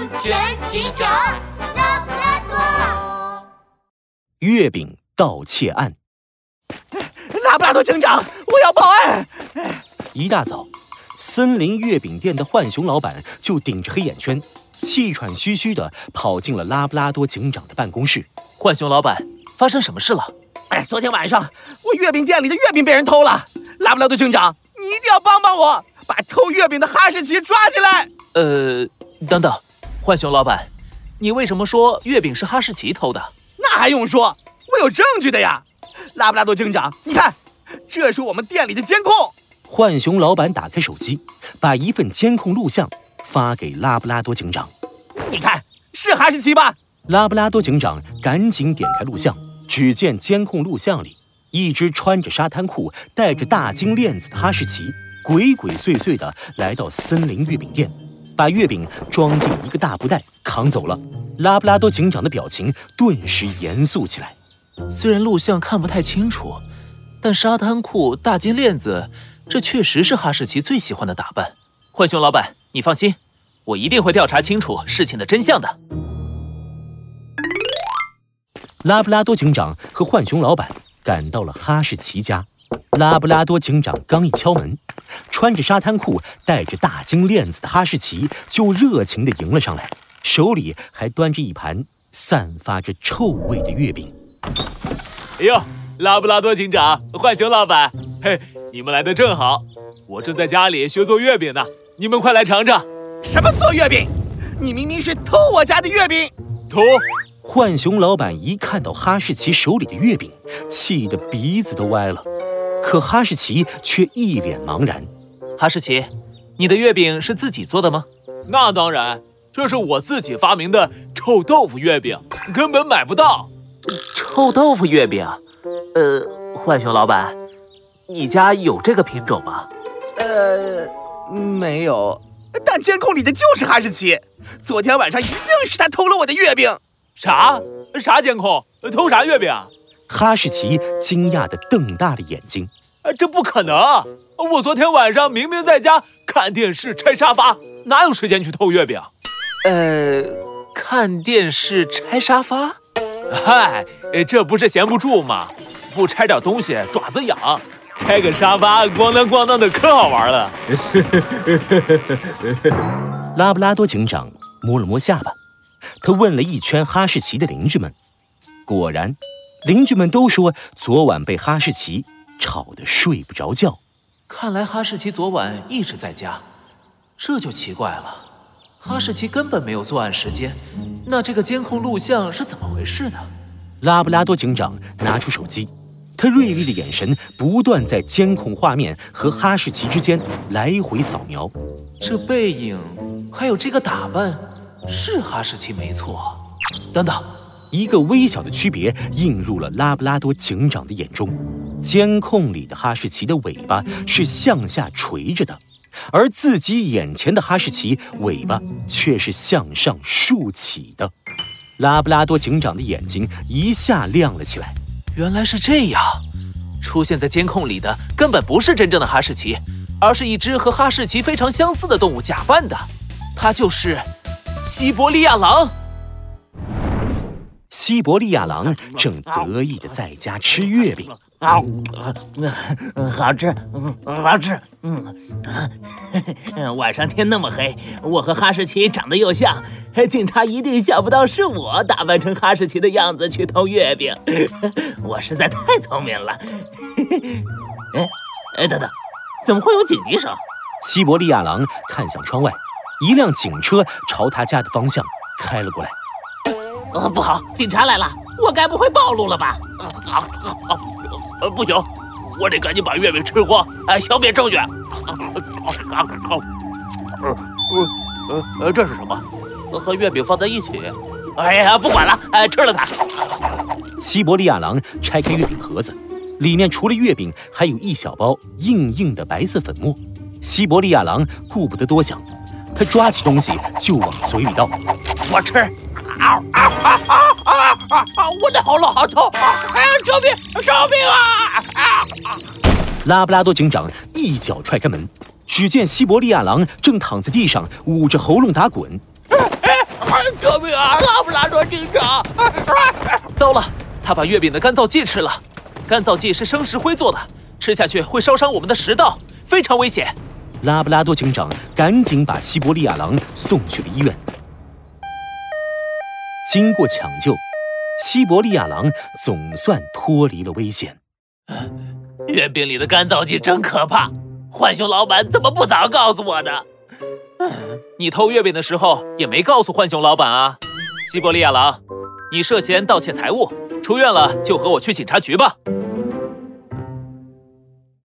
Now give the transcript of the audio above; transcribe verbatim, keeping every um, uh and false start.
全警长拉布拉多。 月饼盗窃案。 拉布拉多警长，我要报案！ 一大早，森林月饼店的浣熊老板就顶着黑眼圈，气喘吁吁地跑进了拉布拉多警长的办公室。 浣熊老板，发生什么事了？ 哎，昨天晚上我月饼店里的月饼被人偷了。拉布拉多警长，你一定要帮帮我，把偷月饼的哈士奇抓起来。 呃，等等，浣熊老板，你为什么说月饼是哈士奇偷的？ 那还用说，我有证据的呀。拉布拉多警长，你看，这是我们店里的监控。 浣熊老板打开手机，把一份监控录像发给拉布拉多警长。 你看，是哈士奇吧？ 拉布拉多警长赶紧点开录像，只见监控录像里，一只穿着沙滩裤、戴着大金链子的哈士奇，鬼鬼祟祟地来到森林月饼店，把月饼装进一个大布袋扛走了。拉布拉多警长的表情顿时严肃起来。 虽然录像看不太清楚，但沙滩裤、大金链子，这确实是哈士奇最喜欢的打扮。浣熊老板，你放心，我一定会调查清楚事情的真相的。 拉布拉多警长和浣熊老板赶到了哈士奇家。拉布拉多警长刚一敲门，穿着沙滩裤、戴着大金链子的哈士奇就热情地迎了上来，手里还端着一盘散发着臭味的月饼。 哎呦，拉布拉多警长、浣熊老板，嘿，你们来的正好，我正在家里学做月饼呢，你们快来尝尝。 什么做月饼？你明明是偷我家的月饼！ 偷！ 浣熊老板一看到哈士奇手里的月饼，气得鼻子都歪了。可哈士奇却一脸茫然。 哈士奇，你的月饼是自己做的吗？ 那当然，这是我自己发明的臭豆腐月饼，根本买不到。 臭豆腐月饼？呃，浣熊老板，你家有这个品种吗？ 呃，没有。但监控里的就是哈士奇，昨天晚上一定是他偷了我的月饼。 啥？啥监控？偷啥月饼啊？ 哈士奇惊讶地瞪大了眼睛。 这不可能！我昨天晚上明明在家看电视、拆沙发，哪有时间去偷月饼？ 呃，看电视、拆沙发？ 嗨，这不是闲不住吗？不拆点东西爪子痒，拆个沙发咣当咣当的可好玩了。 拉布拉多警长摸了摸下巴，他问了一圈哈士奇的邻居们，果然邻居们都说昨晚被哈士奇吵得睡不着觉。 看来哈士奇昨晚一直在家，这就奇怪了。哈士奇根本没有作案时间，那这个监控录像是怎么回事呢？ 拉布拉多警长拿出手机，他锐利的眼神不断在监控画面和哈士奇之间来回扫描。 这背影还有这个打扮，是哈士奇没错。等等， 一个微小的区别映入了拉布拉多警长的眼中，监控里的哈士奇的尾巴是向下垂着的，而自己眼前的哈士奇尾巴却是向上竖起的。拉布拉多警长的眼睛一下亮了起来。 原来是这样，出现在监控里的根本不是真正的哈士奇，而是一只和哈士奇非常相似的动物假扮的，它就是西伯利亚狼。 西伯利亚狼正得意地在家吃月饼。 啊，好吃，好吃，嗯，晚上天那么黑，我和哈士奇长得又像，警察一定想不到是我打扮成哈士奇的样子去偷月饼，我实在太聪明了。哎哎，等等，怎么会有警笛声？ 西伯利亚狼看向窗外，一辆警车朝他家的方向开了过来。 呃，不好，警察来了，我该不会暴露了吧？ 啊啊啊！呃，不行，我得赶紧把月饼吃光，哎，消灭证据。啊啊啊！呃呃呃，这是什么？和月饼放在一起？哎呀，不管了，哎，吃了它。 西伯利亚狼拆开月饼盒子，里面除了月饼，还有一小包硬硬的白色粉末。西伯利亚狼顾不得多想，他抓起东西就往嘴里倒。 我吃。啊啊啊啊啊啊！我的喉咙好痛！哎呀，救命！救命啊！啊啊！ 拉布拉多警长一脚踹开门，只见西伯利亚狼正躺在地上捂着喉咙打滚。 哎救命啊！拉布拉多警长！ 糟了，他把月饼的干燥剂吃了。干燥剂是生石灰做的，吃下去会烧伤我们的食道，非常危险。 拉布拉多警长赶紧把西伯利亚狼送去了医院。经过抢救，西伯利亚狼总算脱离了危险。 月饼里的干燥剂真可怕，浣熊老板怎么不早告诉我呢？ 你偷月饼的时候也没告诉浣熊老板啊。西伯利亚狼，你涉嫌盗窃财物，出院了就和我去警察局吧。